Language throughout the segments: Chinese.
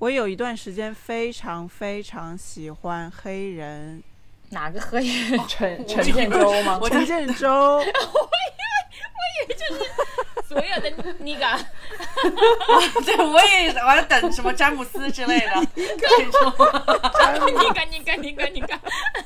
我有一段时间非常非常喜欢黑人。 哪个黑人？ 陈建州吗？ 陈建州。 我以为就是所有的那个对，我要等什么詹姆斯之类的。 你个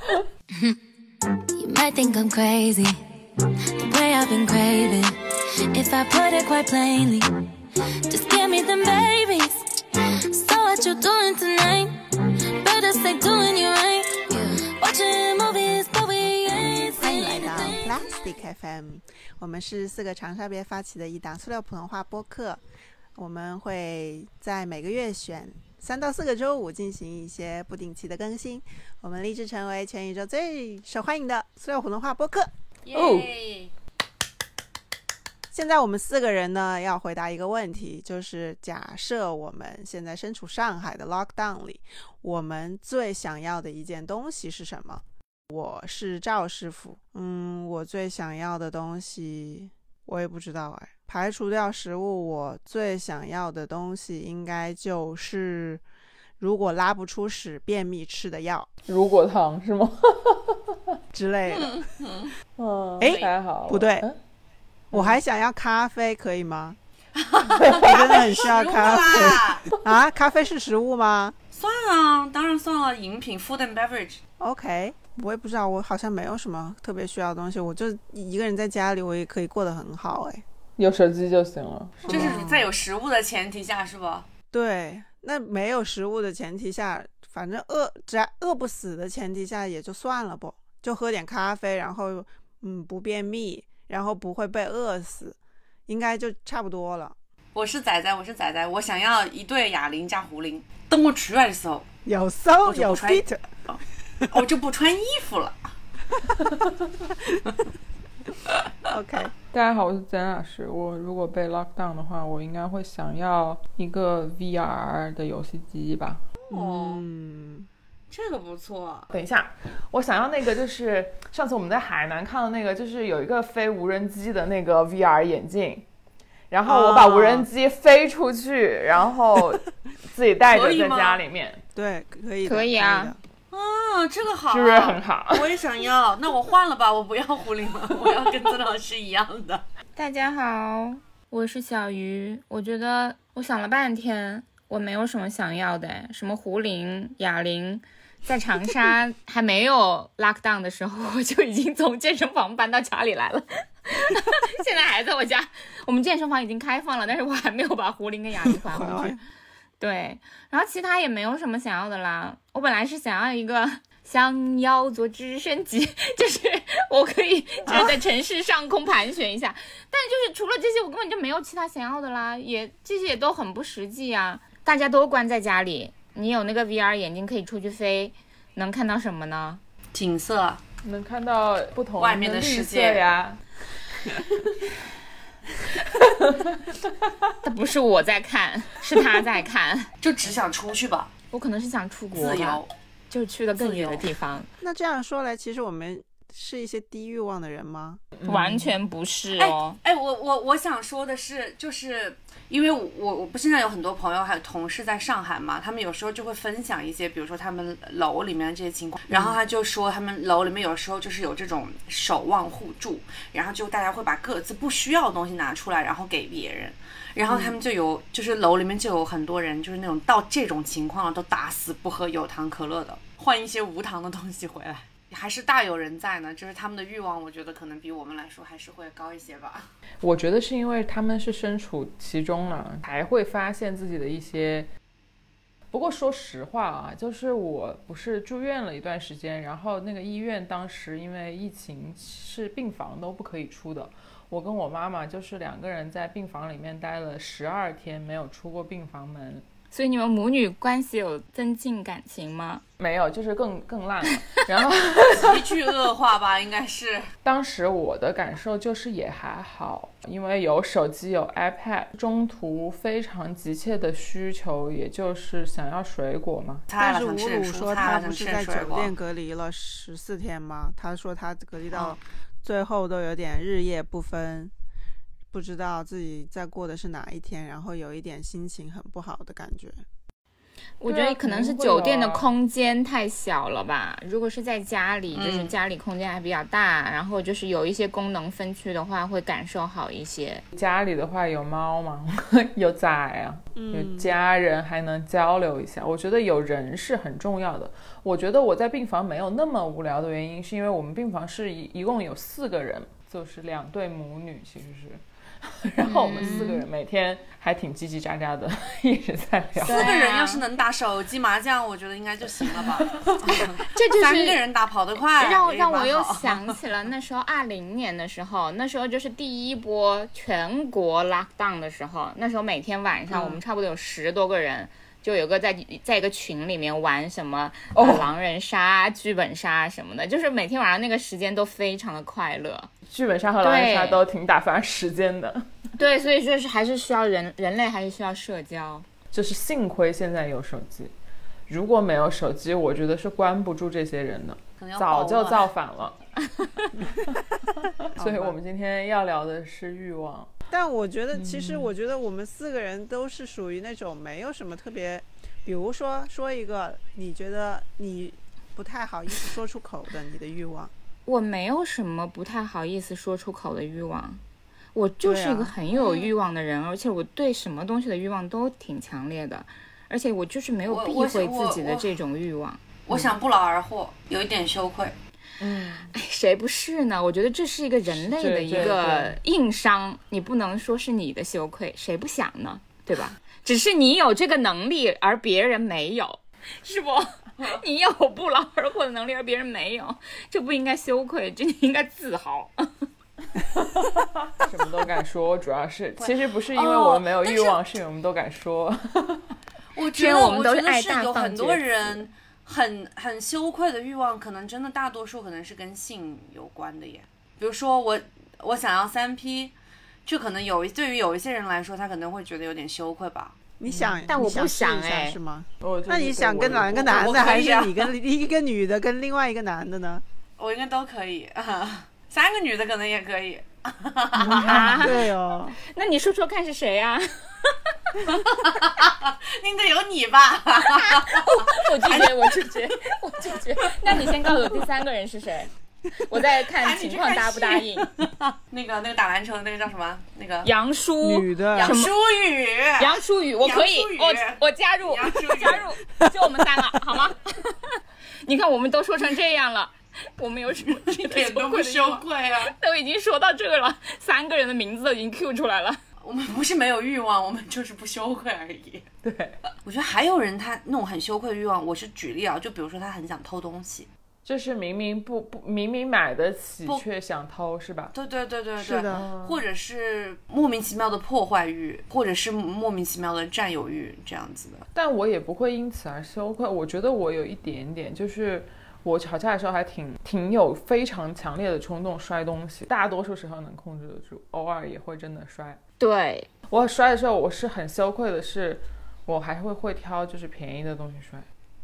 You might think I'm crazy, the way I've been craving. If I put it quite plainly, just give me them babies. So what you doing tonight? Better say doing you right. Watching movies, but we ain't 欢迎 seen 来到 a thing. Plastic FM， 我们是4个长沙别发起的一档塑料普通话播客。我们会在每个月选3到4个周五进行一些不定期的更新。我们立志成为全宇宙最受欢迎的塑料普通话播客。 耶！ 现在我们4个人呢要回答一个问题，就是假设我们现在身处上海的 lockdown 里，我们最想要的一件东西是什么？我是赵师傅，我最想要的东西我也不知道哎。排除掉食物，我最想要的东西应该就是如果拉不出屎便秘吃的药， 如果汤是吗？ 之类的。 太好了。 不对，我还想要咖啡，可以吗？我真的很需要咖啡啊！咖啡是食物吗？ 算啊，当然算了，饮品 food and beverage。 OK， 我也不知道，我好像没有什么特别需要的东西，我就一个人在家里，我也可以过得很好哎。 有手机就行了， 就是在有食物的前提下，是吧？ 对，那没有食物的前提下，反正只要饿不死的前提下也就算了不，就喝点咖啡，然后不便秘，然后不会被饿死，应该就差不多了。 我是仔仔，我想要一对哑铃加壶铃。等我出来的时候， 有 soul 有 fit， 我就不穿衣服了。 OK， 大家好，我是曾老师。我如果被 lockdown 的话，我应该会想要一个 VR 的游戏机吧。 这个不错。 等一下，我想要那个就是上次我们在海南看到那个，就是有一个飞无人机的那个 VR 眼镜，然后我把无人机飞出去，然后自己带着在家里面。 对，可以的， 可以啊。 这个好， 是不是很好？ 我也想要。那我换了吧，我不要狐狸了，我要跟曾老师一样的。 大家好，我是小鱼。我觉得我想了半天，我没有什么想要的，什么壶铃、哑铃。在长沙还没有 lockdown 的时候，我就已经从健身房搬到家里来了。现在还在我家，我们健身房已经开放了，但是我还没有把壶铃跟哑铃还回去。对，然后其他也没有什么想要的啦。我本来是想要一个想要做直升机，就是我可以就是在城市上空盘旋一下，但就是除了这些我根本就没有其他想要的啦，这些也都很不实际啊。大家都关在家里，你有那个 VR 眼镜可以出去飞，能看到什么呢？ 景色， 能看到不同外面的世界呀。 但不是我在看，是他在看。 就只想出去吧。 我可能是想出国吧， 自由， 就是去的更远的地方。 那这样说来，其实我们是一些低欲望的人吗？ 完全不是哦。 我想说的是，就是因为我不现在有很多朋友还有同事在上海嘛，他们有时候就会分享一些，比如说他们楼里面的这些情况，然后他就说他们楼里面有时候就是有这种守望互助，然后就大家会把各自不需要的东西拿出来，然后给别人。然后他们就有，就是楼里面就有很多人，就是那种到这种情况了都打死不喝有糖可乐的，换一些无糖的东西回来，还是大有人在呢。就是他们的欲望，我觉得可能比我们来说还是会高一些吧。 我觉得是因为他们是身处其中了，才会发现自己的一些。不过说实话啊，就是我不是住院了一段时间，然后那个医院当时因为疫情是病房都不可以出的。我跟我妈妈就是2个人在病房里面待了12天，没有出过病房门。 所以你们母女关系有增进感情吗？ 没有，就是更烂了。然后急剧恶化吧，应该是。 当时我的感受就是也还好，因为有手机有 iPad， 中途非常急切的需求也就是想要水果嘛。 但是吴鲁说他不是在酒店隔离了14天吗？他说他隔离到最后都有点日夜不分，不知道自己在过的是哪一天，然后有一点心情很不好的感觉。 我觉得可能是酒店的空间太小了吧。如果是在家里，就是家里空间还比较大，然后就是有一些功能分区的话，会感受好一些。 家里的话有猫嘛，有崽啊，有家人，还能交流一下。我觉得有人是很重要的。我觉得我在病房没有那么无聊的原因，是因为我们病房是一共有4个人，就是2对母女，其实是。然后我们4个人每天还挺叽叽喳喳的，一直在聊。 4个人要是能打手机麻将，我觉得应该就行了吧。 这就是 3个人打跑得快， 让我又想起了那时候20年的时候，那时候就是第一波全国 lockdown 的时候，那时候每天晚上我们差不多有10多个人。就有个在一个群里面玩什么狼人杀、剧本杀什么的，就是每天晚上那个时间都非常的快乐。 剧本杀和狼人杀都挺打发时间的。 对，所以就是还是需要人类还是需要社交。 就是幸亏现在有手机，如果没有手机，我觉得是关不住这些人的，早就造反了。所以我们今天要聊的是欲望。 但我觉得其实我觉得我们4个人都是属于那种没有什么特别，比如说一个你觉得你不太好意思说出口的你的欲望。 我没有什么不太好意思说出口的欲望，我就是一个很有欲望的人，而且我对什么东西的欲望都挺强烈的，而且我就是没有避讳自己的这种欲望。 我想不劳而获，有一点羞愧。 谁不是呢？我觉得这是一个人类的一个硬伤，你不能说是你的羞愧，谁不想呢？对吧？只是你有这个能力，而别人没有，是不？你有不劳而获的能力，而别人没有，这不应该羞愧，这应该自豪。 什么都敢说，主要是其实不是因为我们没有欲望，是因为我们都敢说。 我觉得我们都是是有很多人很羞愧的欲望，可能真的大多数可能是跟性有关的耶。比如说我想要3P，就可能对于有一些人来说，他可能会觉得有点羞愧吧。 你想， 但我不想是吗？ 那你想跟哪个男的，还是你跟一个女的跟另外一个男的呢？ 我应该都可以，3个女的可能也可以。 对哦， 那你说说看是谁啊？ 应该有你吧？ 我拒绝。那你先告诉我第3个人是谁？我再看情况答不答应。 那个打篮球的那个叫什么？那个杨舒， 女的杨舒雨， 我可以，我加入，就我们3个好吗？你看我们都说成这样了，我们有什么一点都不羞愧啊？ 都已经说到这个了，3个人的名字都已经 Q 出来了。 我们不是没有欲望，我们就是不羞愧而已。 对， 我觉得还有人他那种很羞愧的欲望，我是举例啊，就比如说他很想偷东西。 就是明明买得起却想偷，是吧？ 对， 是的， 或者是莫名其妙的破坏欲，或者是莫名其妙的占有欲，这样子的。 但我也不会因此而羞愧。我觉得我有一点点，就是我吵架的时候还挺有非常强烈的冲动摔东西，大多数时候能控制得住，偶尔也会真的摔。 对， 我摔的时候我是很羞愧的是，我还会挑就是便宜的东西摔。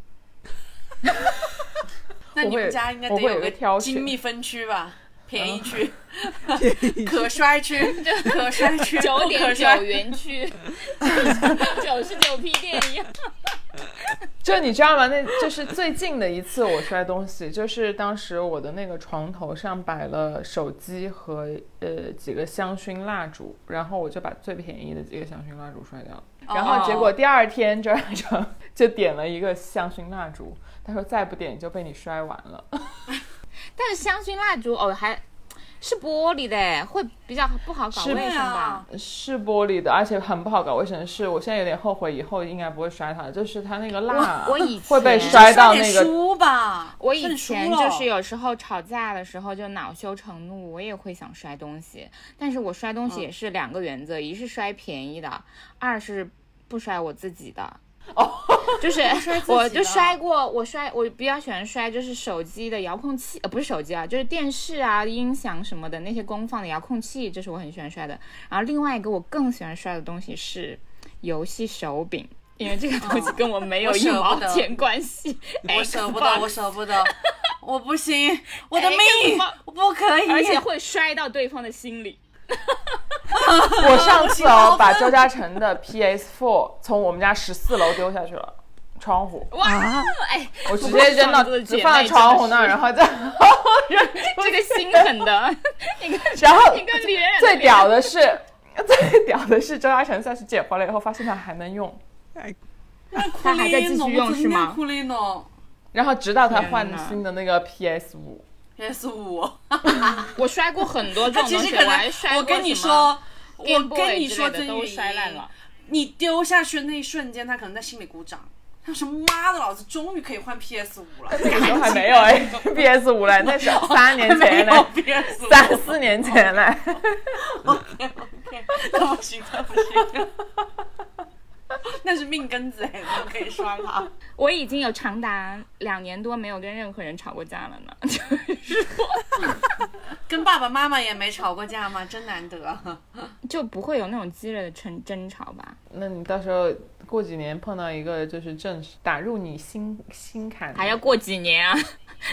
那你们家应该得有个精密分区吧？便宜区、可摔区、 9.9元区、99p 店一样。 就你知道吗？那就是最近的一次我摔东西，就是当时我的那个床头上摆了手机和几个香薰蜡烛，然后我就把最便宜的几个香薰蜡烛摔掉了。然后结果第2天就点了一个香薰蜡烛，他说再不点就被你摔完了。 但是香薰蜡烛还是玻璃的，会比较不好搞卫生吧？ 是玻璃的，而且很不好搞卫生。是我现在有点后悔，以后应该不会摔它，就是它那个蜡我以前会被摔到那个书吧。 我以前就是有时候吵架的时候就恼羞成怒，我也会想摔东西，但是我摔东西也是2个原则，一是摔便宜的，2是不摔我自己的。就是我就摔过，我比较喜欢摔就是手机的遥控器，不是手机啊，就是电视啊、音响什么的那些功放的遥控器，这是我很喜欢摔的。然后另外一个我更喜欢摔的东西是游戏手柄，因为这个东西跟我没有1毛钱关系。 我舍不得，我不行，我的命，我不可以， 而且会摔到对方的心里。 我上次把周嘉诚的 PS4 从我们家14楼丢下去了。 窗户， 啊， 哎， 我直接扔到只放在窗户那儿，然后再这个心狠的， 然后一个女人最屌的是周嘉诚算是捡回来以后发现它还能用， 他还在继续用是吗？ 库里诺然后直到他换新的那个 PS5， 我摔过很多这种东西， 他其实可我还摔过能，我跟你什么说， Game 我 Boy 跟你说之类的都曾雨摔烂了。 你丢下去的那一瞬间，他可能在心里鼓掌。他说：“妈的，老子终于可以换 PS5 了。” 那个时候还没有PS5 嘞，那是3年前嘞，3-4年前嘞。 OK， 那不行，那不行。那是命根子哎，怎么可以摔它？ 我已经有长达2年多没有跟任何人吵过架了呢，就是说跟爸爸妈妈也没吵过架吗？真难得。 就不会有那种激烈的争吵吧？ 那你到时候过几年碰到一个就是正式打入你心坎， 还要过几年啊？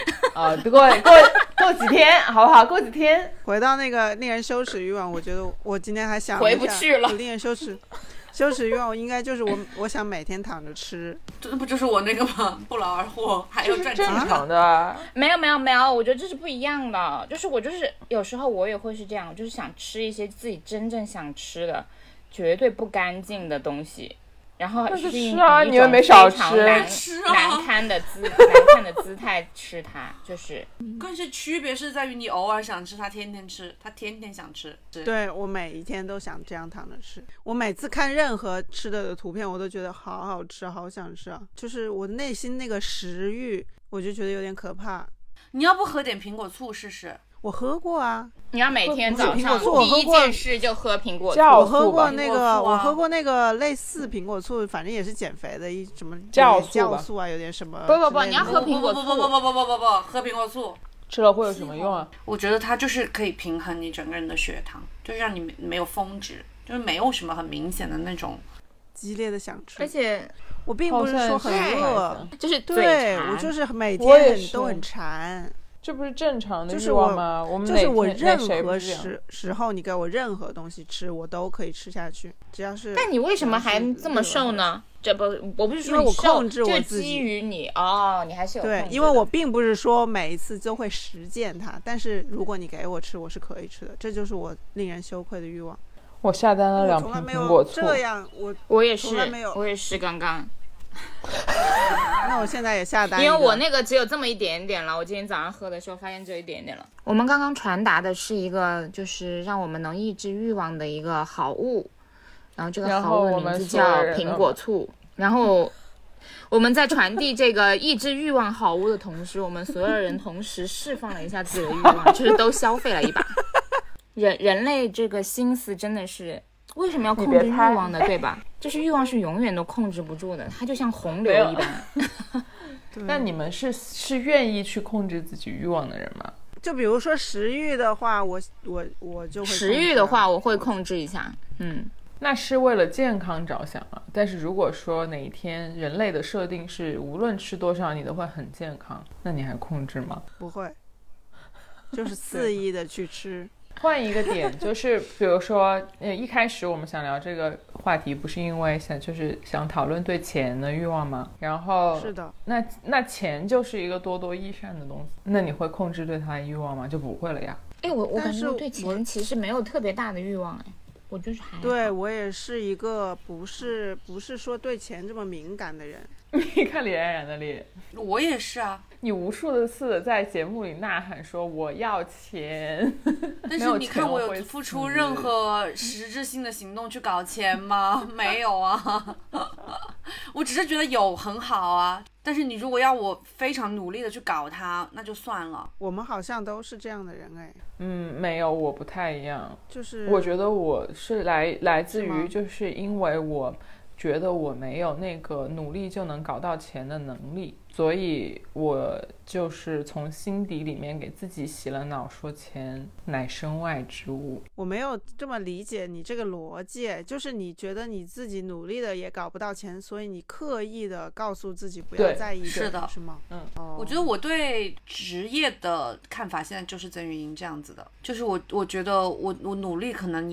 过几天好不好？过几天回到那个令人羞耻欲望，我觉得我今天还想回不去了。 令人羞耻欲望应该就是我想每天躺着吃， 这不就是我那个吗？不劳而获，还有赚钱。 正常的。 没有，我觉得这是不一样的。就是我有时候我也会是这样，就是想吃一些自己真正想吃的，绝对不干净的东西。然后那就以吃啊，你又没少吃， 难看的姿态吃它，就是关键区别是在于你偶尔想吃，他天天吃，他天天想吃。 对，我每一天都想这样躺着吃。我每次看任何吃的图片，我都觉得好好吃，好想吃啊！就是我内心那个食欲，我就觉得有点可怕。 你要不喝点苹果醋试试？ 我喝过啊， 你要每天早上第一件事就喝苹果醋。 我喝过那个，我喝过那个类似苹果醋，反正也是减肥的一什么酵素啊，有点什么。 不，你要喝苹果醋。 不，喝苹果醋吃了会有什么用啊？ 我觉得它就是可以平衡你整个人的血糖，就是让你没有峰值，就是没有什么很明显的那种激烈的想吃。 而且我并不是说很饿， 就是对我就是每天都很馋。 这不是正常的欲望吗？ 就是我任何时候你给我任何东西吃，我都可以吃下去，只要是。 但你为什么还这么瘦呢？我不是说因为我控制我自己， 基于你你还是有对，因为我并不是说每一次都会实践它，但是如果你给我吃，我是可以吃的，这就是我令人羞愧的欲望。 我下单了2瓶苹果醋， 这样我也是刚刚。 那我现在也下单， 因为我那个只有这么一点点了。我今天早上喝的时候发现只有一点点了。我们刚刚传达的是一个就是让我们能抑制欲望的一个好物，然后这个好物的名字叫苹果醋。然后我们在传递这个抑制欲望好物的同时，我们所有人同时释放了一下自己的欲望，就是都消费了一把。人类这个心思真的是。为什么要控制欲望呢？对吧？就是欲望是永远都控制不住的，它就像洪流一般。 那你们是愿意去控制自己欲望的人吗？ 就比如说食欲的话，我就会食欲的话，我会控制一下。 那是为了健康着想啊。但是如果说哪一天人类的设定是无论吃多少你都会很健康，那你还控制吗？ 不会，就是肆意的去吃。 换一个点，就是比如说，一开始我们想聊这个话题，不是因为想讨论对钱的欲望吗？然后是的， 那钱就是一个多多益善的东西，那你会控制对它的欲望吗？就不会了呀。 我感觉我对钱其实没有特别大的欲望，我就是还好。 对，我也是一个不是说对钱这么敏感的人。 你看李冉冉的脸， 我也是啊。 你无数的次在节目里呐喊说我要钱， 但是你看我有付出任何实质性的行动去搞钱吗？没有啊。我只是觉得有很好啊，但是你如果要我非常努力的去搞它，那就算了。 我们好像都是这样的人哎。 没有，我不太一样。 就是我觉得我是来自于就是因为我觉得我没有那个努力就能搞到钱的能力，所以我就是从心底里面给自己洗了脑，说钱乃身外之物。 我没有这么理解你这个逻辑，就是你觉得你自己努力的也搞不到钱，所以你刻意的告诉自己不要在意， 是的， 是吗？ 我觉得我对职业的看法现在就是曾云莹这样子的，就是我觉得我努力可能也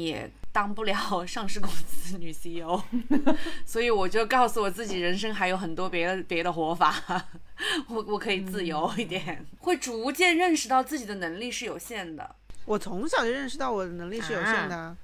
当不了上市公司女 CEO， 所以我就告诉我自己，人生还有很多别的活法，我可以自由一点，会逐渐认识到自己的能力是有限的。 我从小就认识到我的能力是有限的啊。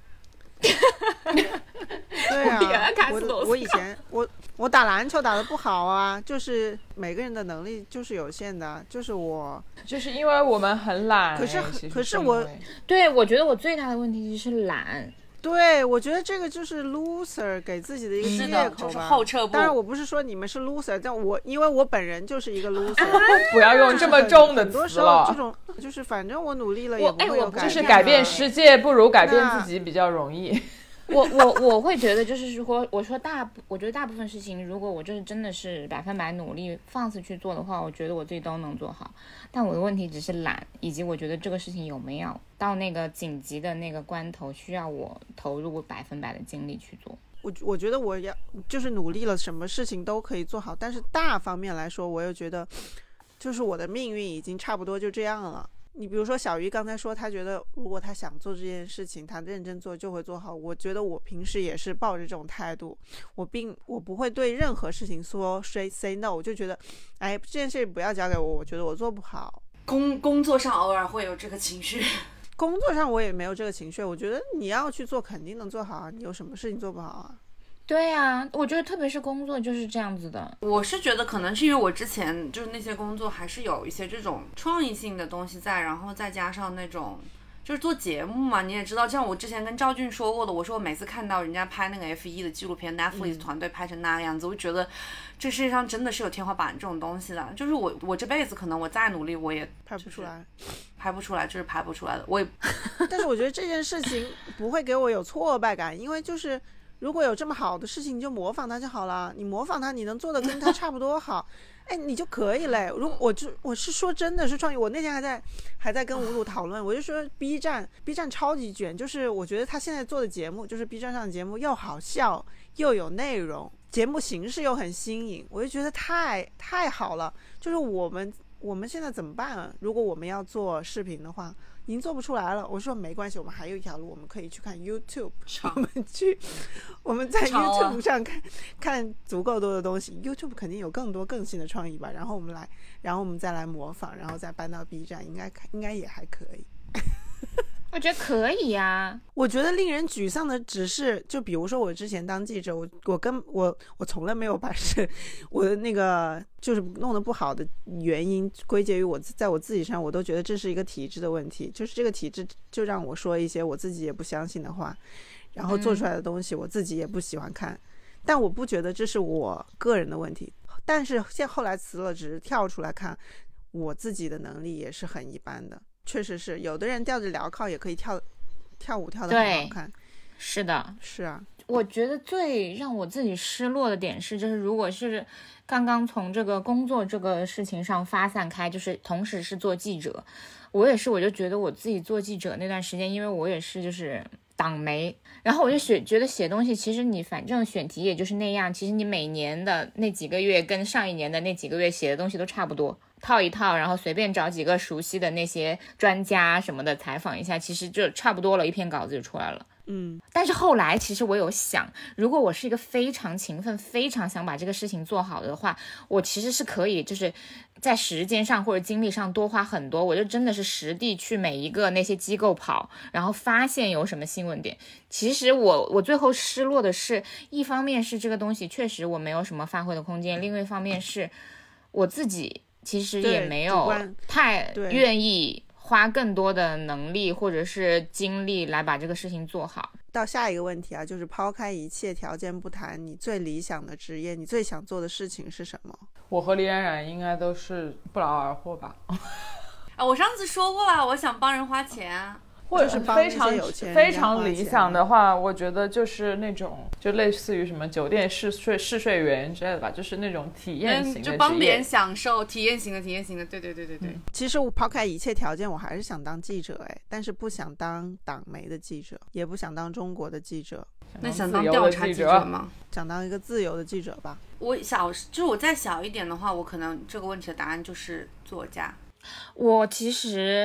对啊，我以前我打篮球打得不好啊，就是每个人的能力就是有限的，就是因为我们很懒。 可是我对，我觉得我最大的问题就是懒。 对，我觉得这个就是 loser 给自己的一个借口吧， 就是后撤步。 当然我不是说你们是 loser， 但因为我本人就是一个 loser， 不要用这么重的词了。 很多时候这种就是反正我努力了也不会有改变。 就是改变世界不如改变自己比较容易。 我会觉得就是说，我觉得大部分事情，如果我就是真的是100%努力放肆去做的话，我觉得我自己都能做好。但我的问题只是懒，以及我觉得这个事情有没有到那个紧急的那个关头，需要我投入100%的精力去做。 我觉得我要就是努力了，什么事情都可以做好，但是大方面来说，我又觉得就是我的命运已经差不多就这样了。你比如说小鱼刚才说他觉得如果他想做这件事情他认真做就会做好，我觉得我平时也是抱着这种态度，我不会对任何事情说 say no， 我就觉得哎，这件事不要交给我觉得我做不好。 工作上偶尔会有这个情绪， 工作上我也没有这个情绪，我觉得你要去做肯定能做好啊，你有什么事情做不好啊？ 对啊，我觉得特别是工作就是这样子的。 我是觉得可能是因为我之前就是那些工作还是有一些这种创意性的东西在，然后再加上那种就是做节目嘛，你也知道，像我之前跟赵俊说过的，我说我每次看到人家拍那个 F1 的纪录片，Netflix 团队拍成那个样子，我就觉得这世界上真的是有天花板这种东西的，就是我这辈子可能我再努力我也拍不出来， 就是拍不出来的。我也但是我觉得这件事情不会给我有挫败感，因为就是如果有这么好的事情，你就模仿他就好了。你模仿他，你能做的跟他差不多好，哎，你就可以嘞。如果我是说真的是创意，我那天还在跟吴鲁讨论，我就说 B 站超级卷，就是我觉得他现在做的节目，就是 B 站上的节目又好笑又有内容，节目形式又很新颖，我就觉得太好了。就是我们现在怎么办啊？如果我们要做视频的话，已经做不出来了。我说没关系，我们还有一条路，我们可以去看 YouTube， 我们在 YouTube 上看足够多的东西。YouTube 肯定有更多更新的创意吧，然后我们再来模仿，然后再搬到 B 站，应该也还可以。 我觉得可以呀。 我觉得令人沮丧的只是，就比如说我之前当记者，我从来没有把我的那个就是弄得不好的原因归结于在我自己上，我都觉得这是一个体制的问题，就是这个体制就让我说一些我自己也不相信的话，然后做出来的东西我自己也不喜欢看，但我不觉得这是我个人的问题。但是后来辞了职跳出来看，我自己的能力也是很一般的。确实是有的人吊着镣铐也可以跳舞跳得很好看。 是的， 是啊。 我觉得最让我自己失落的点是，就是如果是刚刚从这个工作这个事情上发散开，就是同时是做记者，我就觉得我自己做记者那段时间，因为我也是就是党媒，然后我就觉得写东西其实你反正选题也就是那样，其实你每年的那几个月跟上一年的那几个月写的东西都差不多，套一套，然后随便找几个熟悉的那些专家什么的采访一下，其实就差不多了，一篇稿子就出来了。但是后来其实我有想，如果我是一个非常勤奋非常想把这个事情做好的话，我其实是可以就是在时间上或者精力上多花很多，我就真的是实地去每一个那些机构跑，然后发现有什么新闻点。其实我最后失落的是，一方面是这个东西确实我没有什么发挥的空间，另外一方面是我自己其实也没有太愿意花更多的能力或者是精力来把这个事情做好。 到下一个问题啊，就是抛开一切条件不谈，你最理想的职业，你最想做的事情是什么？ 我和李冉冉应该都是不劳而获吧。 我上次说过了，我想帮人花钱。 或者是非常理想的话，我觉得就是那种就类似于什么酒店试睡员之类的吧，就是那种体验型的职业， 就帮别人享受体验型的，对。 其实我抛开一切条件，我还是想当记者但是不想当党媒的记者，也不想当中国的记者。 那想当调查记者吗？ 想当一个自由的记者吧。 就是我再小一点的话，我可能这个问题的答案就是作家。 我其实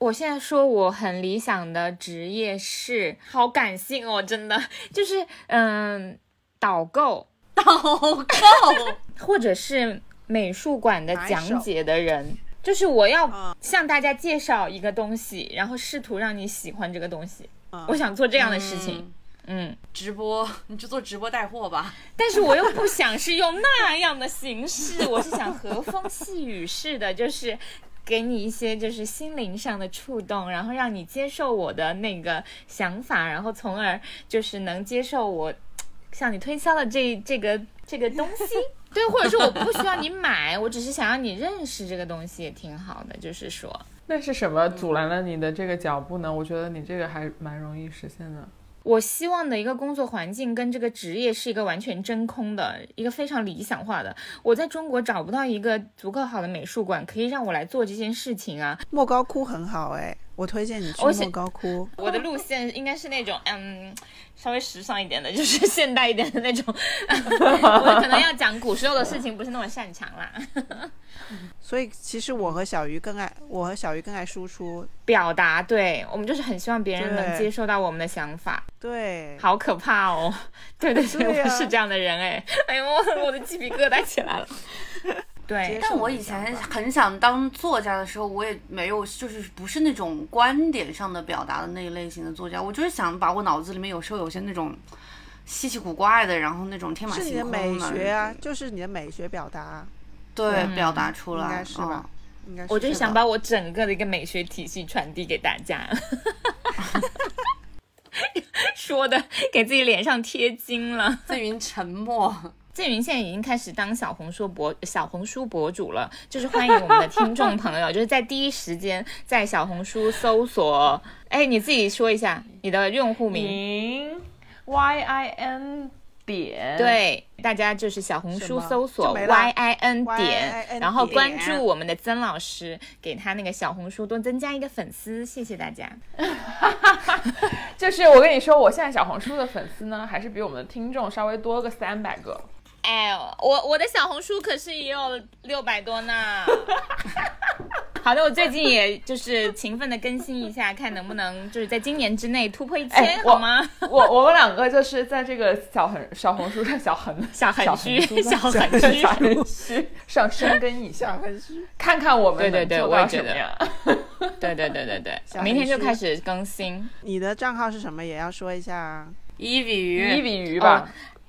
我现在说我很理想的职业是，好感性哦，真的就是导购，或者是美术馆的讲解的人，就是我要向大家介绍一个东西，然后试图让你喜欢这个东西。我想做这样的事情。 直播，你就做直播带货吧。 但是我又不想是用那样的形式，我是想和风细雨式的，就是给你一些就是心灵上的触动，然后让你接受我的那个想法，然后从而就是能接受我向你推销的这个东西。对，或者是我不需要你买，我只是想让你认识这个东西，也挺好的。就是说， 那是什么阻拦了你的这个脚步呢？我觉得你这个还蛮容易实现的。 我希望的一个工作环境跟这个职业是一个完全真空的，一个非常理想化的。我在中国找不到一个足够好的美术馆可以让我来做这件事情啊。 莫高窟很好哎，我推荐你去莫高窟。 我的路线应该是那种稍微时尚一点的，就是现代一点的那种。我可能要讲古时候的事情，不是那么擅长啦。 所以其实我和小鱼更爱输出表达，对，我们就是很希望别人能接受到我们的想法。 对， 好可怕哦！对对对， 对啊、 我是这样的人哎，哎呦，我的鸡皮疙瘩起来了。对， 但我以前很想当作家的时候，我也没有，就是不是那种观点上的表达的那一类型的作家，我就是想把我脑子里面有时候有些那种稀奇古怪的，然后那种天马行空的。 是你的美学啊，就是你的美学表达。 对，表达出来， 应该是吧？应该是。 我就是想把我整个的一个美学体系传递给大家。说的给自己脸上贴金了。 郑云沉默。 郑云现在已经开始当小红书博主了，就是欢迎我们的听众朋友，就是在第一时间在小红书搜索，哎，你自己说一下你的用户名 ，YIN 点， 对，大家就是小红书搜索 YIN 点，然后关注我们的曾老师，给他那个小红书多增加一个粉丝，谢谢大家。 就是我跟你说，我现在小红书的粉丝呢，还是比我们的听众稍微多个300个。 哎，我的小红书可是也有600多呢。好的，我最近也就是勤奋的更新一下，看能不能就是在今年之内突破1000，好吗？ 我们两个就是在这个小红书上小横虚上深耕一下，看看我们能做到什么样。 对，明天就开始更新。 你的账号是什么？也要说一下啊。 伊比鱼吧。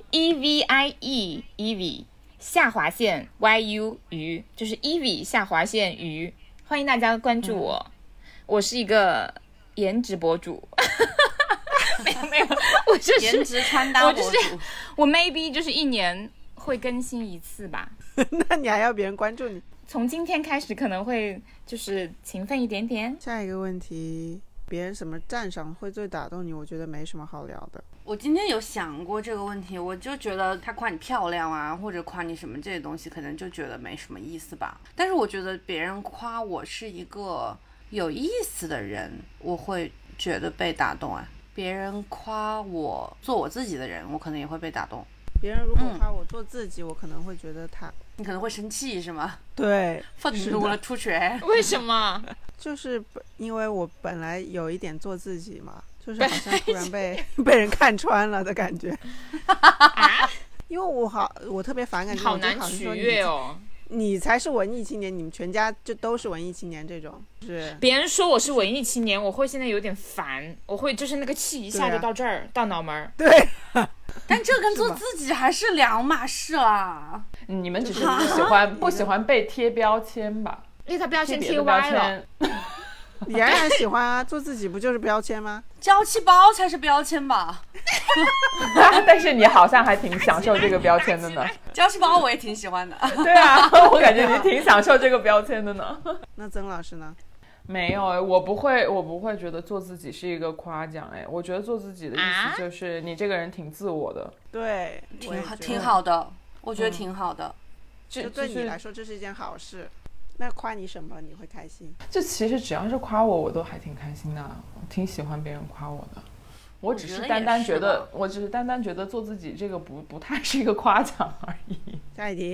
EVIE 下划线 YU 鱼，就是 EV 下划线鱼，欢迎大家关注我。我是一个颜值博主。没有，我就是颜值穿搭博主。 我 maybe 就是1年会更新1次吧。 那你还要别人关注你？ 从今天开始可能会就是勤奋一点点。 下一个问题，别人什么赞赏会最打动你？我觉得没什么好聊的。 我今天有想过这个问题，我就觉得他夸你漂亮啊，或者夸你什么这些东西，可能就觉得没什么意思吧。但是我觉得别人夸我是一个有意思的人，我会觉得被打动啊。别人夸我做我自己的人，我可能也会被打动。 别人如果夸我做自己，我可能会觉得你可能会生气是吗？ 对， 愤怒了出血。 为什么？ 就是因为我本来有一点做自己嘛，就是好像突然被人看穿了的感觉。因为我特别反感这种， 好难取悦哦。 你才是文艺青年，你们全家就都是文艺青年，这种是别人说我是文艺青年，我会现在有点烦，我会就是那个气一下就到这儿，到脑门。 对， 但这跟做自己还是两码事啊。 你们只是不喜欢被贴标签吧？ 因为他标签贴歪了。 你仍然喜欢啊，做自己不就是标签吗？ 娇气包才是标签吧。 但是你好像还挺享受这个标签的呢。 娇气包我也挺喜欢的。 对啊，我感觉你挺享受这个标签的呢。 那曾老师呢？ 没有我不会觉得做自己是一个夸奖我觉得做自己的意思就是你这个人挺自我的。 对， 挺好的，我觉得挺好的。 就对你来说这是一件好事。那夸你什么你会开心？ 这其实只要是夸我都还挺开心的，我挺喜欢别人夸我的。我只是单单觉得做自己这个不太是一个夸奖而已。 下一题，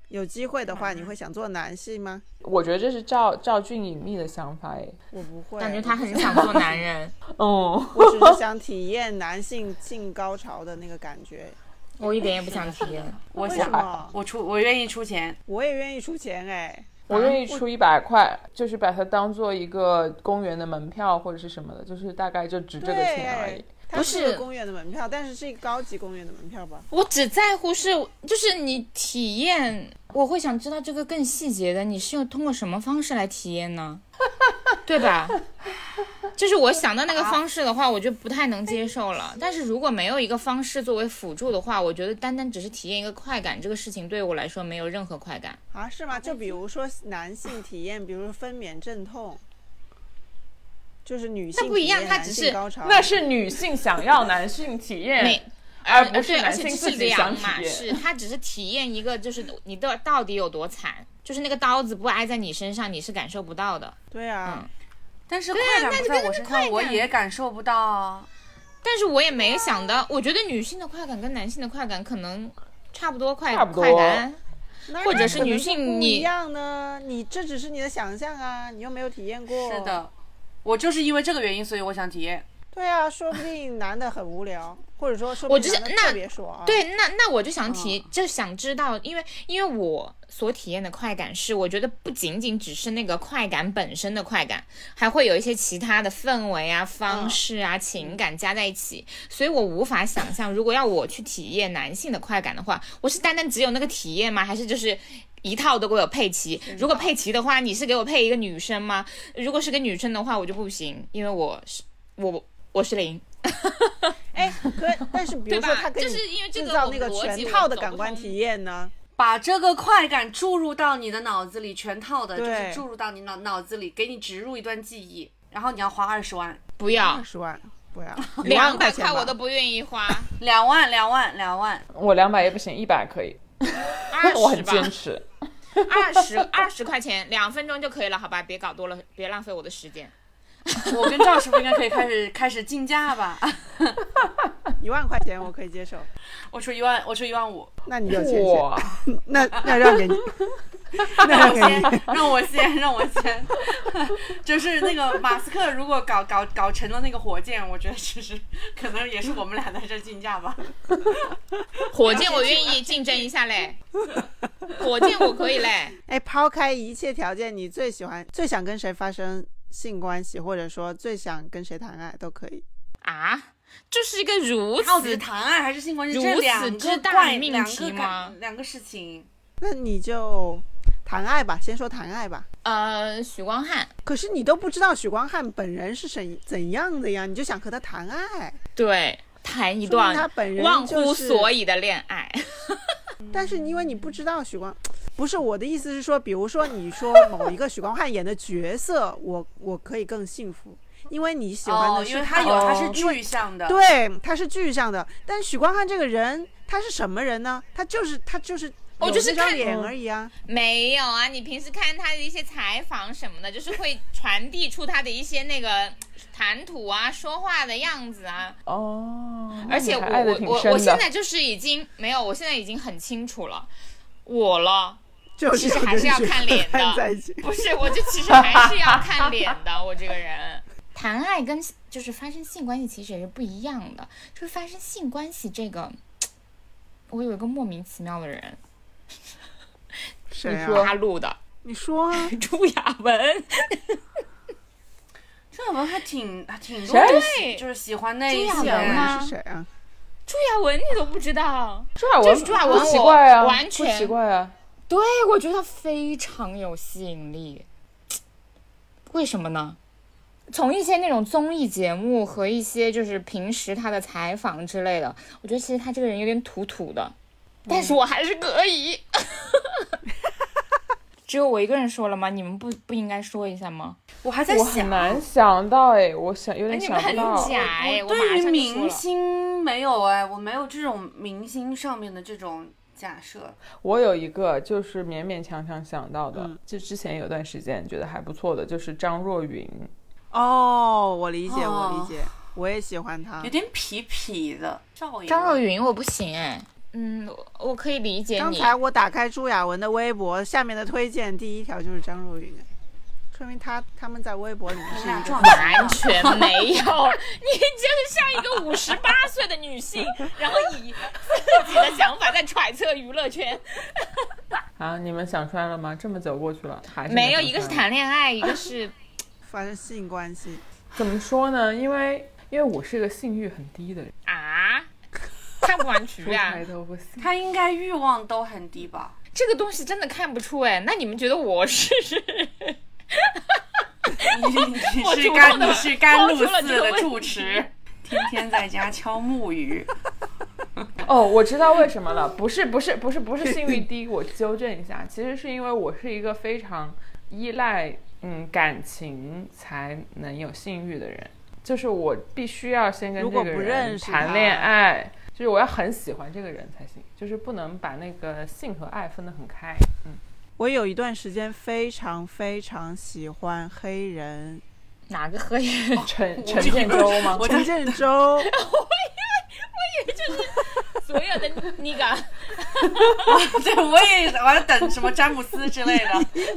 有机会的话，你会想做男性吗？ 我觉得这是赵俊隐秘的想法哎。 我不会， 感觉他很想做男人。 嗯， 我只是想体验男性性高潮的那个感觉。 我一点也不想体验。 为我想什么？ 我愿意出钱。 我也愿意出钱哎。 我愿意出100块，就是把它当做一个公园的门票或者是什么的，就是大概就值这个钱而已。 它是个公园的门票，但是是一个高级公园的门票吧？ 我只在乎就是你体验，我会想知道这个更细节的，你是用通过什么方式来体验呢？对吧？就是我想到那个方式的话，我就不太能接受了。但是如果没有一个方式作为辅助的话，我觉得单单只是体验一个快感，这个事情对我来说没有任何快感啊？是吗？就比如说男性体验，比如说分娩阵痛。就是女性那不一样，它只是那是女性想要男性体验，而不是男性自己想体验。 是它只是体验一个，就是你的到底有多惨，就是那个刀子不挨在你身上，你是感受不到的。 对啊， 但是快感不在我身上，我也感受不到啊。 但是我也没想到，我觉得女性的快感跟男性的快感可能差不多快感。或者是女性不一样呢？你这只是你的想象啊，你又没有体验过。 是的。我就是因为这个原因，所以我想体验。 对啊，说不定男的很无聊，或者说不定男的特别爽。 对，那我就想就想知道，因为我所体验的快感是，我觉得不仅仅只是那个快感本身的快感，还会有一些其他的氛围啊、方式啊、情感加在一起，所以我无法想象，如果要我去体验男性的快感的话，我是单单只有那个体验吗？还是就是一套都给我配齐？如果配齐的话，你是给我配一个女生吗？如果是个女生的话，我就不行，因为我是零。 哎，但是比如说他可以制造那个全套的感官体验呢， 把这个快感注入到你的脑子里，全套的就是注入到你脑子里，给你植入一段记忆，然后你要花20万， 不要 20万，不要 200块我都不愿意花 ，2万， 我200也不行，100可以，我很坚持。 20块钱2分钟就可以了，好吧，别搞多了，别浪费我的时间。 我跟赵师傅应该可以开始竞价吧。 1万块钱我可以接受， 我出1万，我出1万5。 那你有钱选，那让给你， 让我先。就是那个马斯克如果搞成了那个火箭，我觉得其实可能也是我们俩在这竞价吧。 火箭我愿意竞争一下嘞，火箭我可以嘞。 哎，抛开一切条件，你最想跟谁发生性关系，或者说最想跟谁谈爱都可以啊？这是一个如此谈爱还是性关系， 如此之大命题吗？ 两个事情。 那你就谈爱吧，先说谈爱吧。 许光汉。 可是你都不知道许光汉本人是怎样的呀，你就想和他谈爱？ 对，谈一段他本人忘乎所以的恋爱。 但是因为你不知道许光，不是我的意思是说，比如说你说某一个许光汉演的角色，我可以更幸福，因为你喜欢的是因为他是具象的， 对，他是具象的。但许光汉这个人，他是什么人呢？他就是我就是看脸而已啊。 没有啊，你平时看他的一些采访什么的，就是会传递出他的一些那个谈吐啊、说话的样子啊。而且我现在就是已经没有，我现在已经很清楚了，其实还是要看脸的，不是，我就其实还是要看脸的。我这个人谈爱跟就是发生性关系其实也是不一样的，就是发生性关系这个，我有一个莫名其妙的人。 谁啊？ 大陆的。 你说啊。 朱亚文。 朱亚文还挺多人就是喜欢那一些。 朱亚文吗？ 是谁啊？ 朱亚文你都不知道？ 朱亚文就是朱亚文， 不奇怪啊， 完全不奇怪啊。 对，我觉得他非常有吸引力。为什么呢？从一些那种综艺节目和一些就是平时他的采访之类的，我觉得其实他这个人有点土土的。但是我还是可以。只有我一个人说了吗？你们不应该说一下吗？ 我还在想， 我很难想到哎，有点想不到。 你们很假哎， 我对于明星没有哎，我没有这种明星上面的这种假设。 我有一个就是勉勉强强想到的，就之前有段时间觉得还不错的，就是张若昀。 哦，我理解，我也喜欢他， 有点痞痞的。 张若昀我不行哎。 我可以理解你。 刚才我打开朱亚文的微博，下面的推荐第一条就是张若昀，说明他们在微博里面是一个完全没有，你就是像一个58岁的女性，然后以自己的想法在揣测娱乐圈。 啊，你们想出来了吗？这么久过去了，还是没有，一个是谈恋爱，一个是发生性关系。 怎么说呢？因为我是个性欲很低的人啊，看不完局啊。 他应该欲望都很低吧？ 这个东西真的看不出哎，那你们觉得我是？ 你是甘露寺的住持，天天在家敲木鱼。 哦，我知道为什么了，不是性欲低，我纠正一下，其实是因为我是一个非常依赖感情才能有性欲的人，就是我必须要先跟这个人谈恋爱，就是我要很喜欢这个人才行，就是不能把那个性和爱分得很开。 我有一段时间非常非常喜欢黑人。 哪个黑人？ 陈建州吗？ 陈建州。 我以为就是所有的nigga。 对，我要等什么詹姆斯之类的。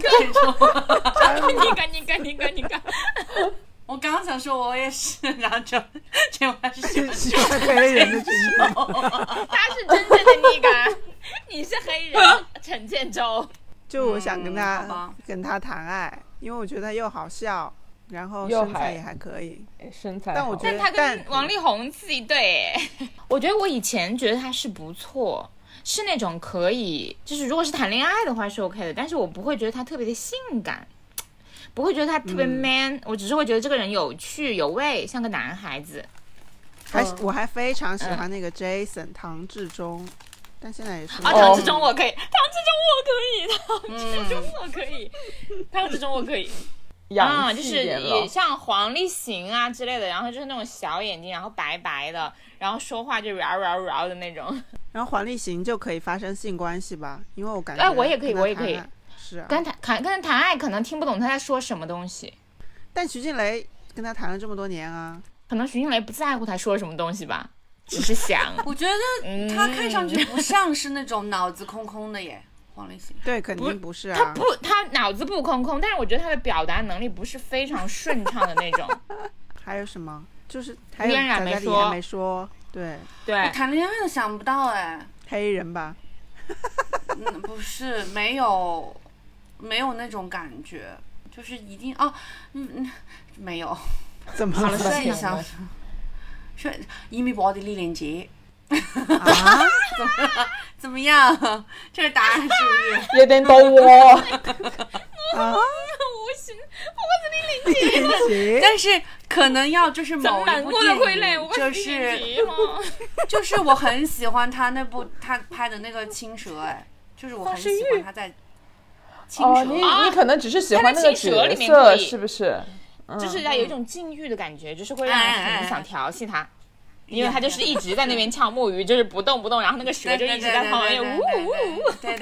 nigga。 我刚刚想说我也是，然后就还是喜欢黑人的群众。 他是真正的nigga，你是黑人陈建州。 就我想跟他谈爱，因为我觉得他又好笑，然后身材也还可以， 身材。 但我觉得他跟王力宏是一对。我觉得我以前觉得他是不错，是那种可以，就是如果是谈恋爱的话是 OK 的，但是我不会觉得他特别的性感，不会觉得他特别 man，我只是会觉得这个人有趣有味，像个男孩子。 我还非常喜欢那个 Jason 唐志忠。但现在也是唐志忠我可以，唐志忠我可以，就是也像黄立行啊之类的，然后就是那种小眼睛，然后白白的，然后说话就绕的那种。 然后黄立行就可以发生性关系吧？因为我感觉我也可以， 是啊， 跟他谈爱可能听不懂他在说什么东西， 但徐静蕾跟他谈了这么多年啊， 可能徐静蕾不在乎他说什么东西吧。只是想， 我觉得他看上去不像是那种脑子空空的耶，黄立行。 对，肯定不是啊。 他脑子不空空，但是我觉得他的表达能力不是非常顺畅的那种。 还有什么？就是还有嫣然没说，对， 我谈恋爱都想不到哎。 黑人吧？ 不是，没有那种感觉，就是一定没有。 怎么了？ 再一想。是1.8米的李连杰啊？ 怎么样？这个答案是不是有点多哦？ 啊， 我是李连杰， 但是可能要就是某一部电影，就是我很喜欢他那部他拍的那个青蛇，哎，就是我很喜欢他在青蛇。 你可能只是喜欢那个角色，是不是？ 就是他有一种禁欲的感觉，就是会让人很想调戏他，因为他就是一直在那边敲木鱼，就是不动，然后那个蛇就一直在旁边呜。 对，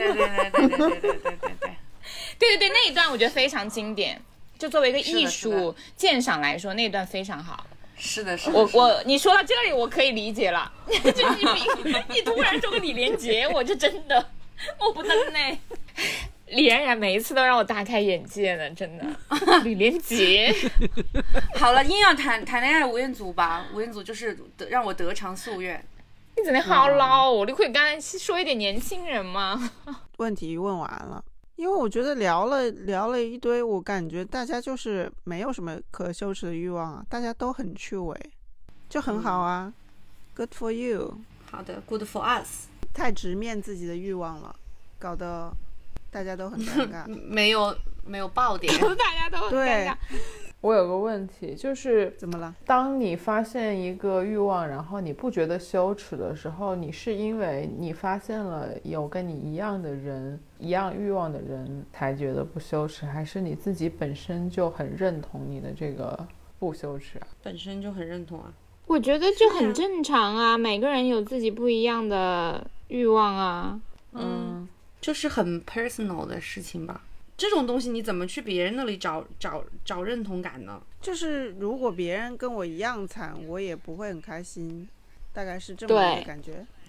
那一段我觉得非常经典，就作为一个艺术鉴赏来说，那一段非常好。 是的。 你说到这里，我可以理解了。就你突然说个李连杰，我就真的我不能呢。李冉冉每一次都让我大开眼界呢，真的。李连杰。 好了，硬要谈恋爱，吴彦祖吧。吴彦祖就是让我得偿夙愿。 你真的好老，你可以刚才说一点年轻人吗？ 问题问完了，因为我觉得聊了一堆，我感觉大家就是没有什么可羞耻的欲望啊，大家都很趣味，就很好啊。Good for you。 好的 ，Good for us。 太直面自己的欲望了，搞得大家都很尴尬。 没有爆点， 大家都很尴尬。 我有个问题，就是怎么了？ 当你发现一个欲望，然后你不觉得羞耻的时候，你是因为你发现了有跟你一样的人，一样欲望的人才觉得不羞耻，还是你自己本身就很认同你的这个不羞耻啊？ 本身就很认同啊。 我觉得就很正常啊，每个人有自己不一样的欲望啊。 就是很 personal 的事情吧。这种东西你怎么去别人那里找认同感呢？ 就是如果别人跟我一样惨，我也不会很开心，大概是这么一个感觉。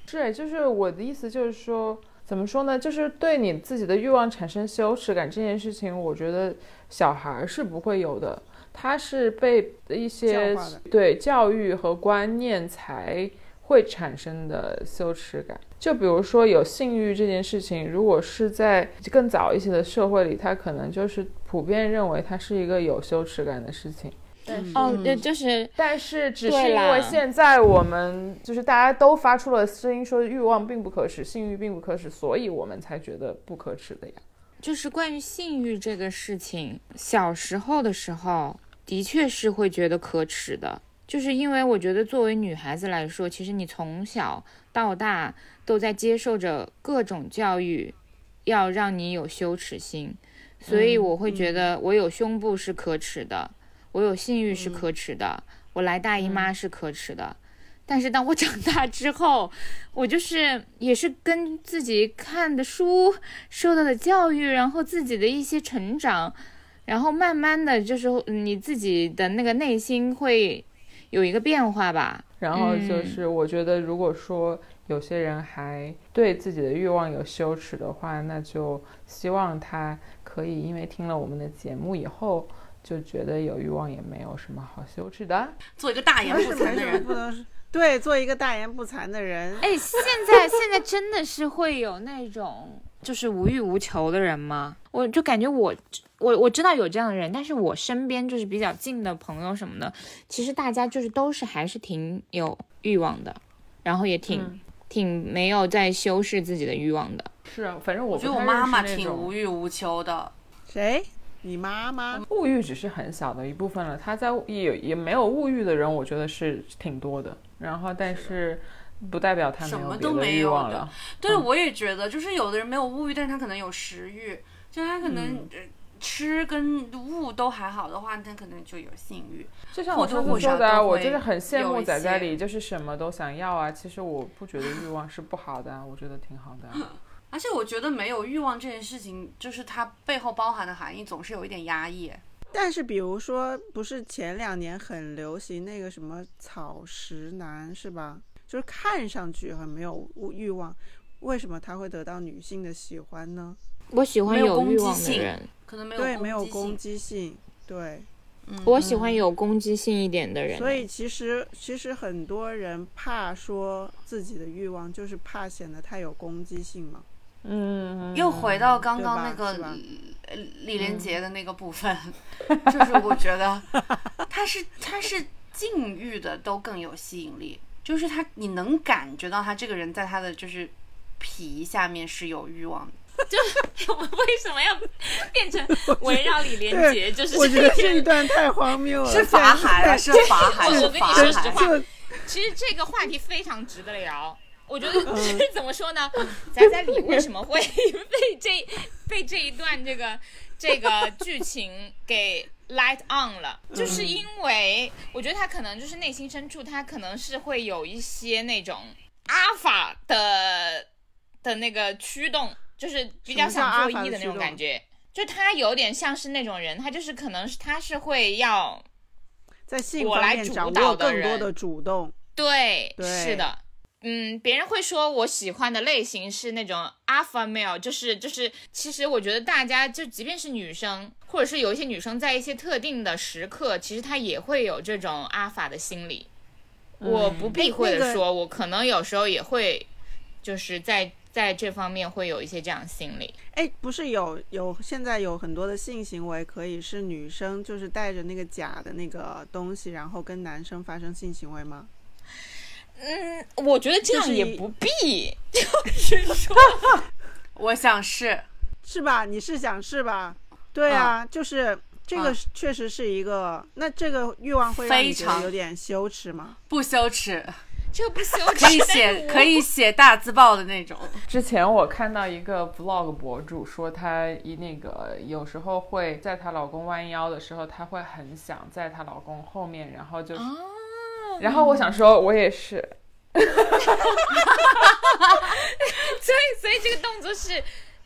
是，就是我的意思就是说，怎么说呢，就是对你自己的欲望产生羞耻感这件事情，我觉得小孩是不会有的，他是被一些对教育和观念才会产生的羞耻感。就比如说有性欲这件事情，如果是在更早一些的社会里，他可能就是普遍认为它是一个有羞耻感的事情。 就是， 但是只是因为现在我们就是大家都发出了声音说欲望并不可耻，性欲并不可耻，所以我们才觉得不可耻的呀。 就是关于性欲这个事情，小时候的时候的确是会觉得可耻的，就是因为我觉得作为女孩子来说，其实你从小到大都在接受着各种教育，要让你有羞耻心，所以我会觉得我有胸部是可耻的，我有性欲是可耻的，我来大姨妈是可耻的。但是当我长大之后，我就是也是跟自己看的书、受到的教育，然后自己的一些成长，然后慢慢的就是你自己的那个内心会有一个变化吧。 然后就是我觉得如果说有些人还对自己的欲望有羞耻的话，那就希望他可以因为听了我们的节目以后就觉得有欲望也没有什么好羞耻的， 做一个大言不惭的人。 不能是对，做一个大言不惭的人。 哎，现在真的是会有那种就是无欲无求的人吗？我就感觉我知道有这样的人，但是我身边就是比较近的朋友什么的，其实大家就是都是还是挺有欲望的，然后也挺没有在修饰自己的欲望的。 是啊，反正我觉得我妈妈挺无欲无求的。 谁？你妈妈？ 物欲只是很小的一部分了，她在也没有物欲的人，我觉得是挺多的。然后，但是不代表他没有别的欲望了。 对，我也觉得，就是有的人没有物欲，但是他可能有食欲，就他可能吃跟物都还好的话，他可能就有性欲。 就像我上次说的啊，我就是很羡慕仔仔里就是什么都想要啊。其实我不觉得欲望是不好的，我觉得挺好的。 而且我觉得没有欲望这件事情，就是它背后包含的含义总是有一点压抑。 但是比如说，不是前2年很流行那个什么草食男是吧？就是看上去很没有欲望，为什么他会得到女性的喜欢呢？ 我喜欢有欲望的人， 可能没有攻击性，对， 我喜欢有攻击性一点的人。 所以其实很多人怕说自己的欲望，就是怕显得太有攻击性嘛。 又回到刚刚那个李连杰的那个部分，就是我觉得他是禁欲的都更有吸引力，就是你能感觉到他这个人在他的就是皮下面是有欲望的。 就我们为什么要变成围绕李连杰？就是我觉得这一段太荒谬了， 是法海了，是法海。 我跟你说实话，其实这个话题非常值得聊。我觉得是怎么说呢？仔仔里为什么会被这一段这个剧情给 light on 了？就是因为我觉得他可能就是内心深处，他可能是会有一些那种阿法的那个驱动，就是比较想做一的那种感觉。就他有点像是那种人，他就是可能他是会要在性方面掌握更多的主动。 对，是的。别人会说我喜欢的类型是那种 alpha male， 就是其实我觉得大家就即便是女生，或者是有一些女生在一些特定的时刻，其实她也会有这种 alpha 的心理。我不避讳的说，我可能有时候也会就是在这方面会有一些这样心理。 不是有现在有很多的性行为可以是女生就是带着那个假的那个东西，然后跟男生发生性行为吗？ 我觉得这样也不必，就是说， 我想是吧？你是想是吧？对啊，就是这个确实是一个。那这个欲望会让你觉得有点羞耻吗？ 不羞耻， 这不羞耻， 可以写大字报的那种。 之前我看到一个 vlog 博主说，她有时候会在她老公弯腰的时候，她会很想在她老公后面，然后就是然后我想说我也是所以这个动作是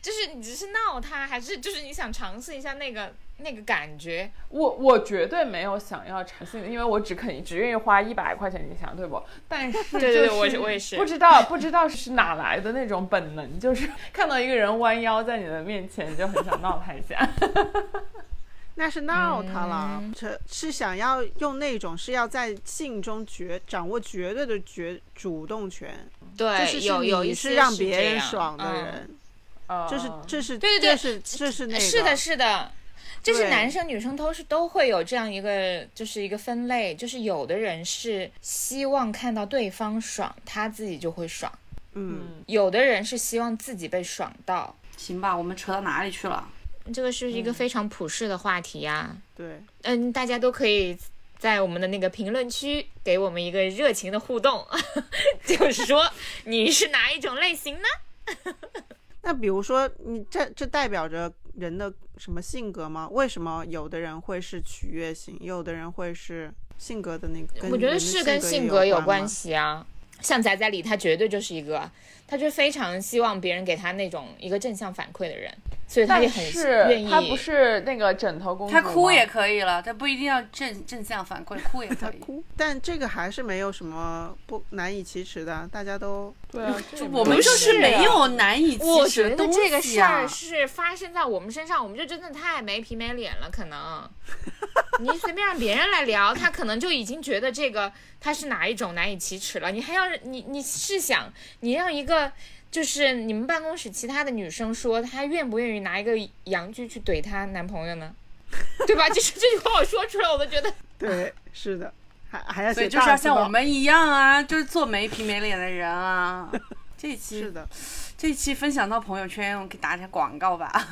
就是你只是闹他，还是就是你想尝试一下那个感觉？ 我绝对没有想要尝试，因为我只愿意花100块钱，你想对不？但是对，我也是不知道是哪来的那种本能，就是看到一个人弯腰在你的面前，你就很想闹他一下。 那是闹他了，是想要用那种是要在性中掌握绝对的主动权， 对， 就是有是让别人爽的人，这是对， 这是那个是的，这是男生女生都会有这样一个就是一个分类，就是有的人是希望看到对方爽，他自己就会爽，有的人是希望自己被爽到。 行吧，我们扯到哪里去了？ 这个是一个非常普世的话题呀。 对， 大家都可以在我们的那个评论区给我们一个热情的互动，就是说你是哪一种类型呢？ 那比如说你这代表着人的什么性格吗？为什么有的人会是取悦型，有的人会是性格的那个？ 我觉得是跟性格有关系啊。像仔仔里他绝对就是一个，他就非常希望别人给他那种一个正向反馈的人，所以他也很愿意。 他不是那个枕头公主吗？ 他哭也可以了，他不一定要正向反馈，哭也可以。 哭，但这个还是没有什么难以启齿的，大家都对啊， 我们就是没有难以启齿的东西啊。 我觉得这个事儿是发生在我们身上，我们就真的太没皮没脸了，可能。你随便让别人来聊，他可能就已经觉得这个他是哪一种难以启齿了。你还要你试想，你让一个就是你们办公室其他的女生说，她愿不愿意拿一个洋具去怼她男朋友呢？对吧？就是这句话我说出来，我都觉得对，是的，还要所以就是要像我们一样啊，就是做没皮没脸的人啊。这一期是的， 这一期分享到朋友圈，我给打点广告吧。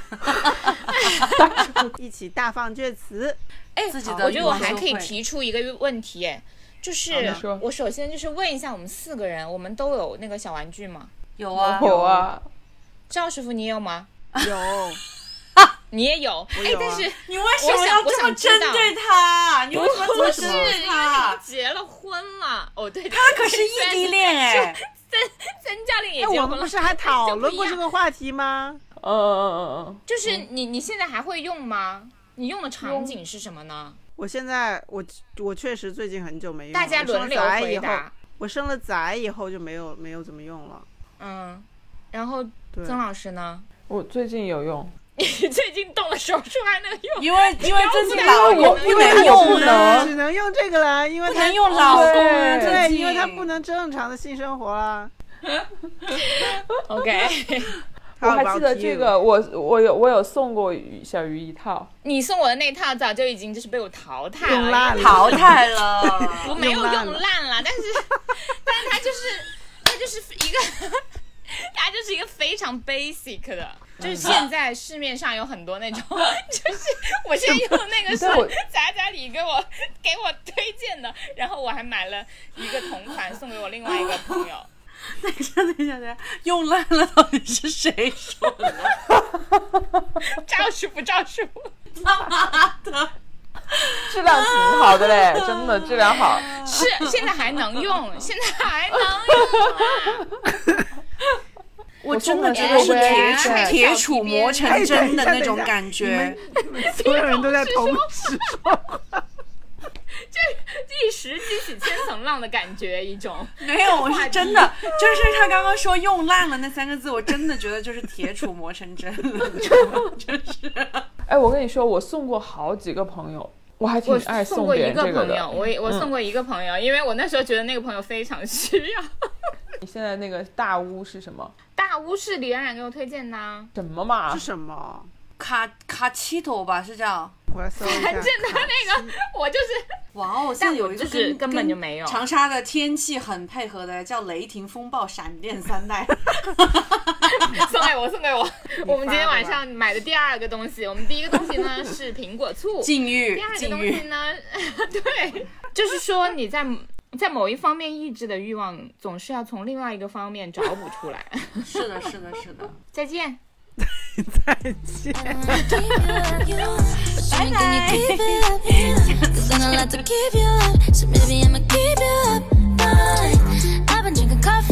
一起大放厥词。 自己的我觉得我还可以提出一个问题，就是我首先就是问一下我们4个人，我们都有那个小玩具吗？ 有啊， 有啊。 赵师傅你有吗？ 有。 你也有，但是你为什么要这么针对他？你为什么这么针对他？ 结了婚了，对， 他可是异地恋哎。 三嘉玲也结婚了， 我们不是还讨论过这个话题吗？ 就是你现在还会用吗？你用的场景是什么呢？ 我现在我确实最近很久没用了， 大家轮流回答。 我生了崽以后就没有怎么用了。 然后曾老师呢？ 我最近有用。 你最近动了手术还能用？ 因为最近老公不能用了， 只能用这个了，因为不能用老公啊， 对，因为他不能正常的性生活了。 OK。 我还记得这个，我有送过小鱼一套。 你送我的那套早就已经就是被我淘汰了， 淘汰了。 我没有用烂了，但是它就是一个非常 basic 的，就是现在市面上有很多那种，就是我现在用的那个是仔里给我推荐的，然后我还买了一个同款送给我另外一个朋友。 等一下，用烂了到底是谁说的？ 赵师傅， 他妈的， 质量挺好的嘞，真的质量好。 是，现在还能用，啊！ 我真的觉得是铁杵磨成针的那种感觉。 所有人都在同时说话。 就一时激起千层浪的感觉，一种没有，我是真的，就是他刚刚说用烂了那3个字，我真的觉得就是铁杵磨成针了，就是。 我跟你说，我送过好几个朋友，我还挺爱送别人这个的。 我送过一个朋友，因为我那时候觉得那个朋友非常需要。 你现在那个大屋是什么？ 大屋是李冉冉给我推荐的。 什么嘛？ 是什么？ 卡奇头吧，是叫。 我来搜一下。 反正他那个，我就是哇哦，现在有一个根本就没有长沙的天气很配合的，叫雷霆、风暴、闪电3代。 送给我。我们今天晚上买的第2个东西，我们第一个东西呢是苹果醋， 禁欲。 第2个东西呢，对，就是说你在某一方面抑制的欲望，总是要从另外一个方面找补出来。 是的。 再见。 再见。 I've been drinking coffee